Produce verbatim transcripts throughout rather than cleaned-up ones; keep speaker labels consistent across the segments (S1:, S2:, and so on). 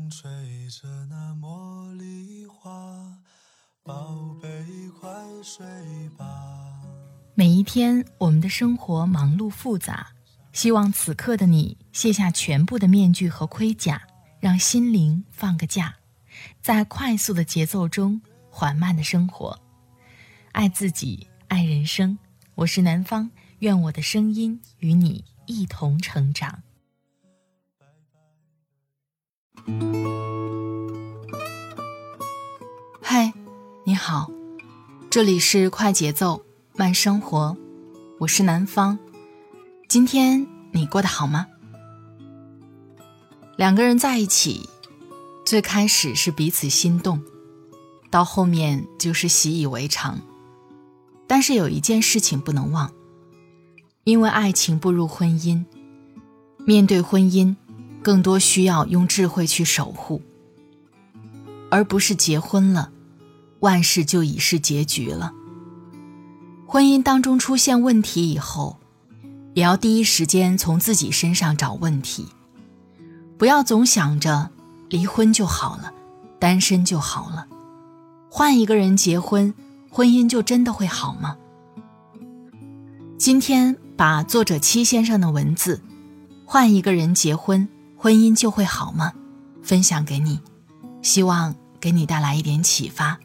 S1: 风吹着那茉莉花，宝贝快睡吧。
S2: 每一天，我们的生活忙碌复杂，希望此刻的你卸下全部的面具和盔甲，让心灵放个假，在快速的节奏中缓慢的生活，爱自己，爱人生。我是南方，愿我的声音与你一同成长。嗨，你好，这里是快节奏慢生活，我是南方。今天你过得好吗？两个人在一起，最开始是彼此心动，到后面就是习以为常。但是有一件事情不能忘，因为爱情步入婚姻，面对婚姻，更多需要用智慧去守护，而不是结婚了，万事就已是结局了。婚姻当中出现问题以后，也要第一时间从自己身上找问题，不要总想着离婚就好了，单身就好了，换一个人结婚，婚姻就真的会好吗？今天把作者戚先生的文字换一个人结婚，婚姻就会好吗？分享给你，希望给你带来一点启发。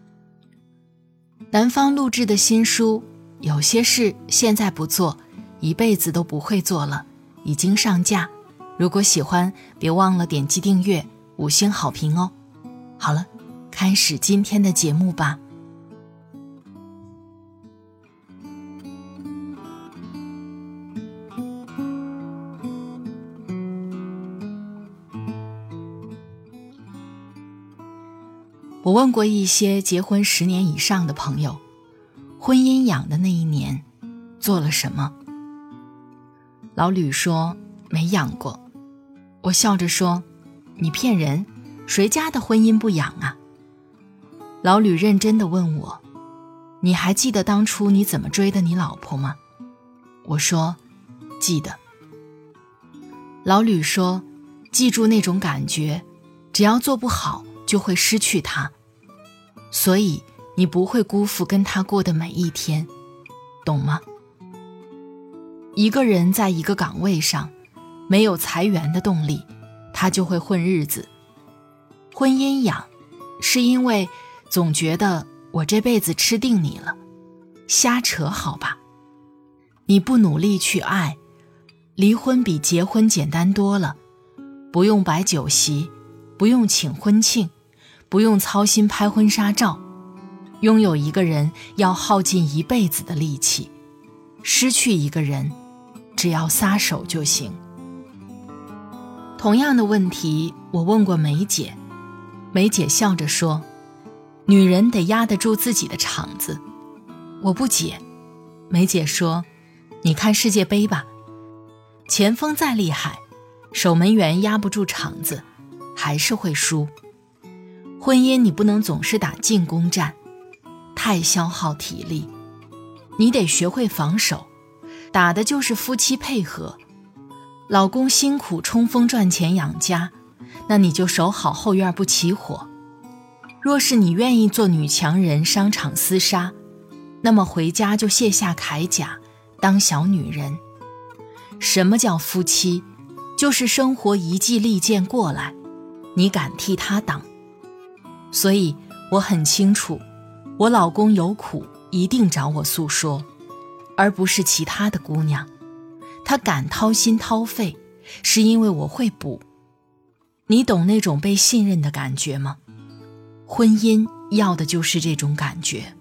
S2: 南方录制的新书，有些事现在不做，一辈子都不会做了，已经上架。如果喜欢，别忘了点击订阅，五星好评哦。好了，开始今天的节目吧。我问过一些结婚十年以上的朋友，婚姻养的那一年做了什么？老吕说没养过。我笑着说，你骗人，谁家的婚姻不养啊？老吕认真地问我，你还记得当初你怎么追的你老婆吗？我说记得。老吕说，记住那种感觉，只要做不好就会失去他，所以你不会辜负跟他过的每一天，懂吗？一个人在一个岗位上，没有裁员的动力，他就会混日子。婚姻养，是因为总觉得我这辈子吃定你了，瞎扯好吧？你不努力去爱，离婚比结婚简单多了，不用摆酒席，不用请婚庆，不用操心拍婚纱照，拥有一个人要耗尽一辈子的力气，失去一个人只要撒手就行。同样的问题我问过梅姐，梅姐笑着说，女人得压得住自己的场子。我不解，梅姐说，你看世界杯吧，前锋再厉害，守门员压不住场子，还是会输。婚姻你不能总是打进攻战，太消耗体力，你得学会防守，打的就是夫妻配合。老公辛苦冲锋赚钱养家，那你就守好后院不起火。若是你愿意做女强人，商场厮杀，那么回家就卸下铠甲，当小女人。什么叫夫妻？就是生活一记利剑过来，你敢替他挡。所以我很清楚，我老公有苦一定找我诉说，而不是其他的姑娘。他敢掏心掏肺，是因为我会补。你懂那种被信任的感觉吗？婚姻要的就是这种感觉。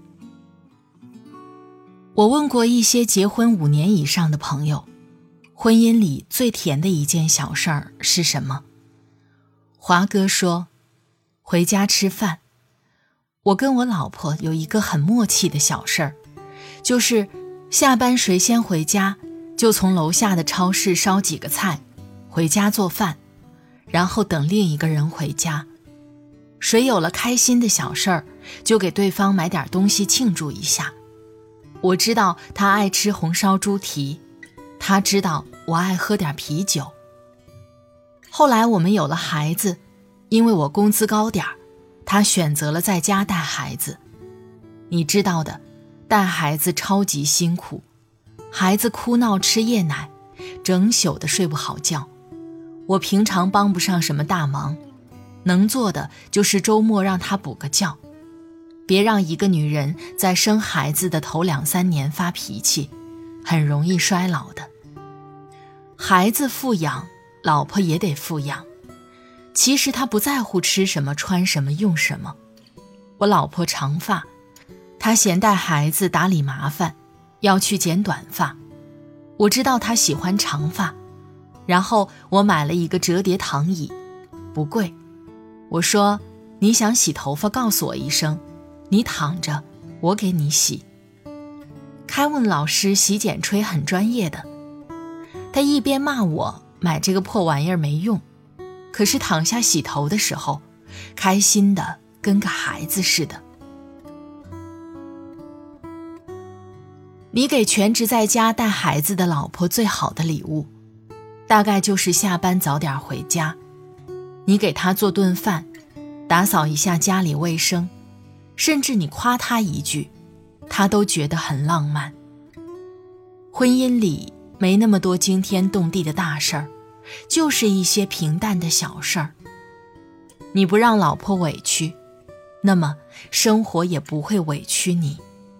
S2: 我问过一些结婚五年以上的朋友，婚姻里最甜的一件小事儿是什么？华哥说，回家吃饭。我跟我老婆有一个很默契的小事儿，就是下班谁先回家，就从楼下的超市烧几个菜，回家做饭，然后等另一个人回家。谁有了开心的小事儿，就给对方买点东西庆祝一下。我知道他爱吃红烧猪蹄，他知道我爱喝点啤酒。后来我们有了孩子， 因为我工资高点儿，他选择了在家带孩子。你知道的，带孩子超级辛苦，孩子哭闹吃夜奶，整宿的睡不好觉。我平常帮不上什么大忙，能做的就是周末让他补个觉。别让一个女人在生孩子的头两三年发脾气，很容易衰老的。孩子富养，老婆也得富养。其实他不在乎吃什么穿什么用什么。我老婆长发，他嫌带孩子打理麻烦，要去剪短发。我知道他喜欢长发，然后我买了一个折叠躺椅，不贵。我说，你想洗头发告诉我一声，你躺着，我给你洗。开问老师洗剪吹很专业的，他一边骂我买这个破玩意儿没用，可是躺下洗头的时候，开心的跟个孩子似的。你给全职在家带孩子的老婆最好的礼物，大概就是下班早点回家，你给她做顿饭，打扫一下家里卫生，甚至你夸她一句，她都觉得很浪漫。婚姻里没那么多惊天动地的大事儿，就是一些平淡的小事儿。你不让老婆委屈，那么生活也不会委屈你。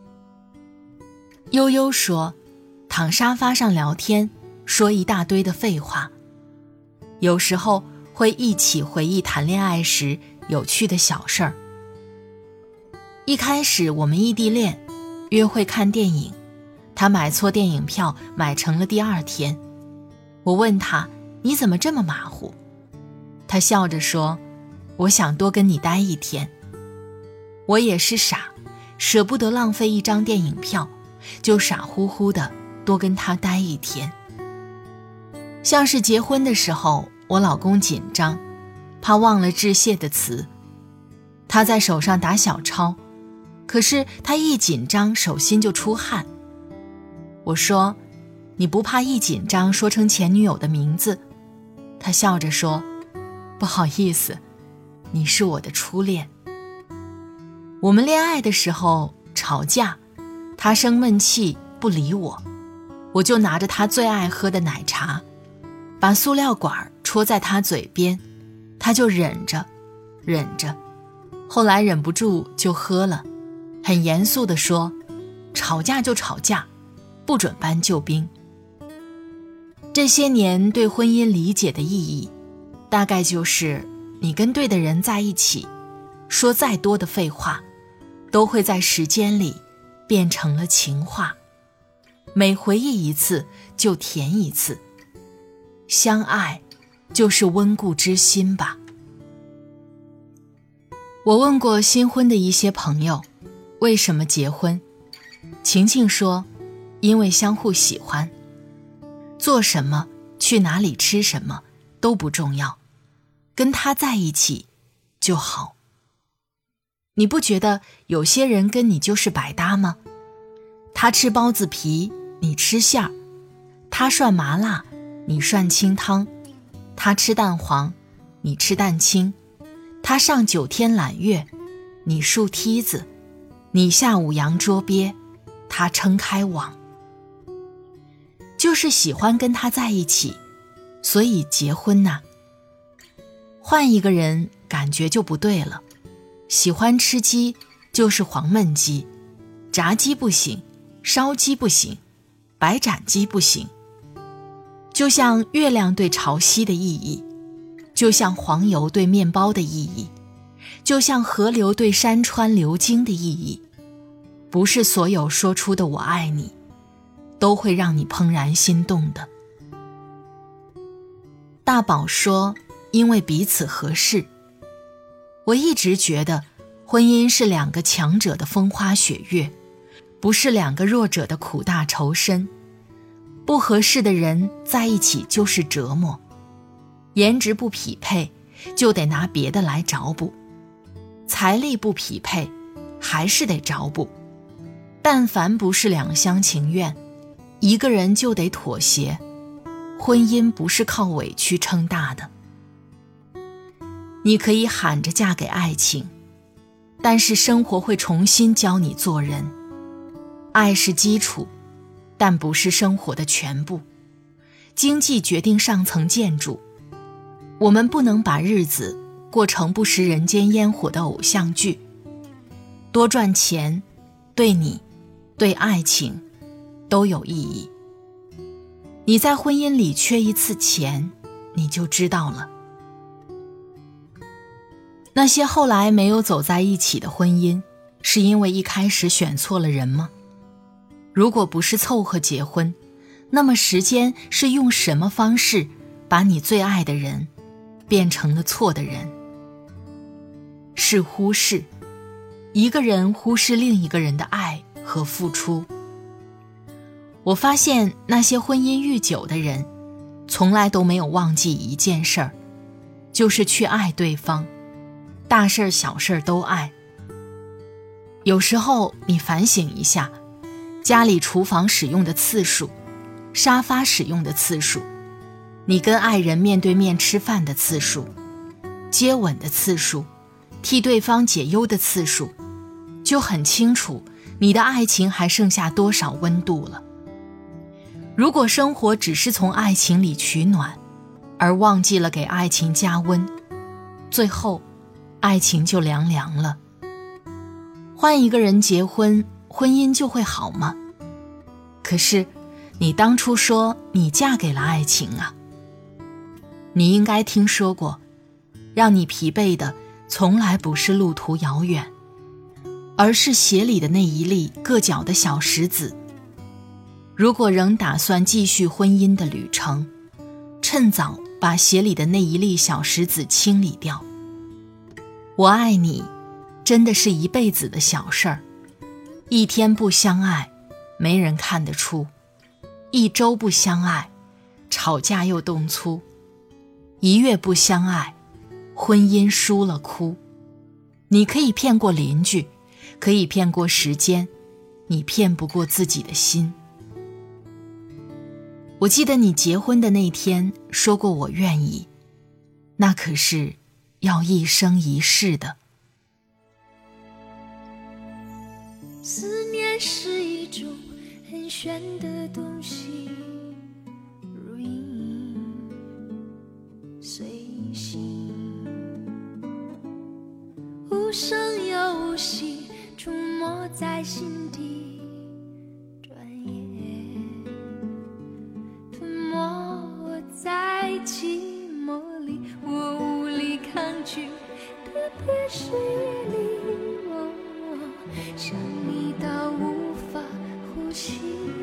S2: 悠悠说，躺沙发上聊天，说一大堆的废话。有时候会一起回忆谈恋爱时有趣的小事儿。一开始我们异地恋，约会看电影，他买错电影票，买成了第二天。我问他，你怎么这么马虎？他笑着说，我想多跟你待一天。我也是傻，舍不得浪费一张电影票，就傻乎乎的多跟他待一天。像是结婚的时候，我老公紧张，怕忘了致谢的词，他在手上打小抄，可是他一紧张手心就出汗。我说，你不怕一紧张说成前女友的名字？他笑着说，不好意思，你是我的初恋。我们恋爱的时候吵架，他生闷气不理我，我就拿着他最爱喝的奶茶，把塑料管戳在他嘴边，他就忍着忍着，后来忍不住就喝了，很严肃地说，吵架就吵架，不准搬救兵。这些年对婚姻理解的意义，大概就是你跟对的人在一起，说再多的废话，都会在时间里变成了情话，每回忆一次就甜一次。相爱就是温故知新吧。我问过新婚的一些朋友，为什么结婚？晴晴说，因为相互喜欢，做什么，去哪里吃什么都不重要，跟他在一起就好。你不觉得有些人跟你就是百搭吗？他吃包子皮，你吃馅儿；他涮麻辣，你涮清汤；他吃蛋黄，你吃蛋清；他上九天揽月，你竖梯子；你下五洋捉鳖，他撑开网。就是喜欢跟他在一起，所以结婚呐。换一个人感觉就不对了。喜欢吃鸡就是黄焖鸡，炸鸡不行，烧鸡不行，白斩鸡不行。就像月亮对潮汐的意义，就像黄油对面包的意义，就像河流对山川流经的意义，不是所有说出的我爱你都会让你怦然心动的。大宝说，因为彼此合适。我一直觉得婚姻是两个强者的风花雪月，不是两个弱者的苦大仇深。不合适的人在一起就是折磨，颜值不匹配就得拿别的来找补，财力不匹配还是得找补。但凡不是两厢情愿，一个人就得妥协。婚姻不是靠委屈撑大的。 你可以喊着嫁给爱情，但是生活会重新教你做人。爱是基础，但不是生活的全部。经济决定上层建筑，我们不能把日子过成不食人间烟火的偶像剧。多赚钱，对你，对爱情都有意义。你在婚姻里缺一次钱，你就知道了。那些后来没有走在一起的婚姻，是因为一开始选错了人吗？如果不是凑合结婚，那么时间是用什么方式把你最爱的人变成了错的人？是忽视，一个人忽视另一个人的爱和付出。我发现那些婚姻愈久的人，从来都没有忘记一件事儿，就是去爱对方，大事小事都爱。有时候你反省一下，家里厨房使用的次数，沙发使用的次数，你跟爱人面对面吃饭的次数，接吻的次数，替对方解忧的次数，就很清楚你的爱情还剩下多少温度了。如果生活只是从爱情里取暖，而忘记了给爱情加温，最后爱情就凉凉了。换一个人结婚，婚姻就会好吗？可是你当初说你嫁给了爱情啊。你应该听说过，让你疲惫的从来不是路途遥远，而是鞋里的那一粒硌脚的小石子。如果仍打算继续婚姻的旅程，趁早把鞋里的那一粒小石子清理掉。我爱你，真的是一辈子的小事儿。一天不相爱，没人看得出；一周不相爱，吵架又动粗；一月不相爱，婚姻输了哭。你可以骗过邻居，可以骗过时间，你骗不过自己的心。我记得你结婚的那天说过我愿意，那可是要一生一世的。
S3: 思念是一种很玄的东西，如影随形，无声又无息，出没在心底，转眼吞没我在寂寞里，我无力抗拒，特别是夜里，我想你到无法呼吸，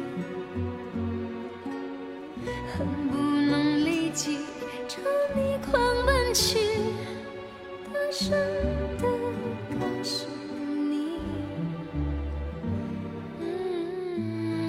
S3: 恨不能立即朝你狂奔去，大声地告诉你，嗯，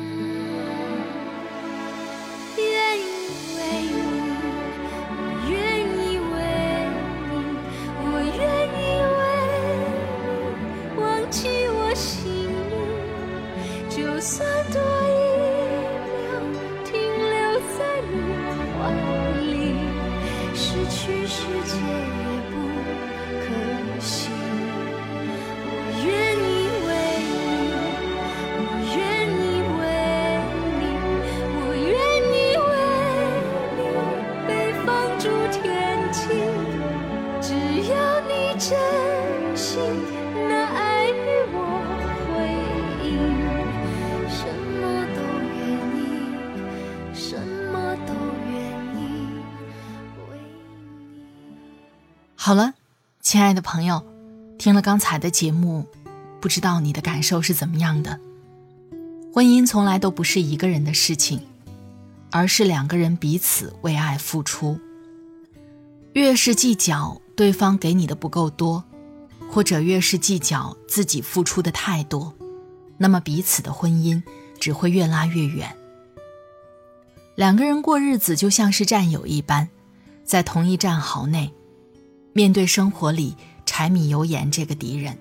S3: 愿意为你，我愿意为你，我愿意为你忘记我心里，就算多一秒停留在你怀里，失去世界也不可惜。我愿意为你，我愿意为你，我愿意为你被放逐天际，只要你真心那爱与我回应，什么都愿意，什么都愿意为你。
S2: 好了，亲爱的朋友，听了刚才的节目，不知道你的感受是怎么样的？婚姻从来都不是一个人的事情，而是两个人彼此为爱付出。越是计较对方给你的不够多，或者越是计较自己付出的太多，那么彼此的婚姻只会越拉越远。两个人过日子就像是战友一般，在同一战壕内，面对生活里柴米油盐这个敌人。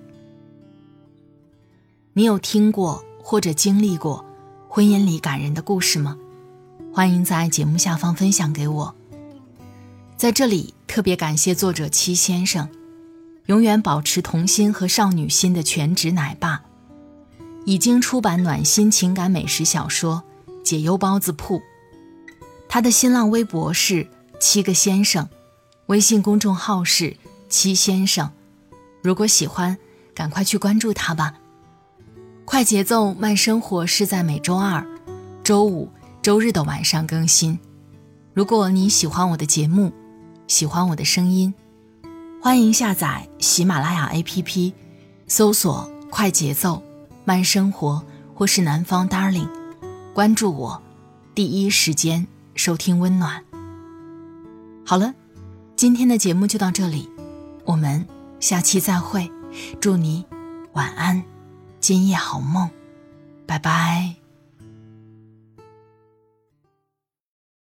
S2: 你有听过或者经历过婚姻里感人的故事吗？欢迎在节目下方分享给我。在这里， 特别感谢作者戚先生，永远保持童心和少女心的全职奶爸。已经出版暖心情感美食小说《解忧包子铺》。他的新浪微博是七个先生，微信公众号是七先生。如果喜欢，赶快去关注他吧。快节奏慢生活是在每周二、周五、周日的晚上更新。如果你喜欢我的节目，喜欢我的声音，欢迎下载喜马拉雅 A P P， 搜索快节奏慢生活或是南方 Darling， 关注我，第一时间收听温暖。好了，今天的节目就到这里，我们下期再会，祝你晚安，今夜好梦，拜拜。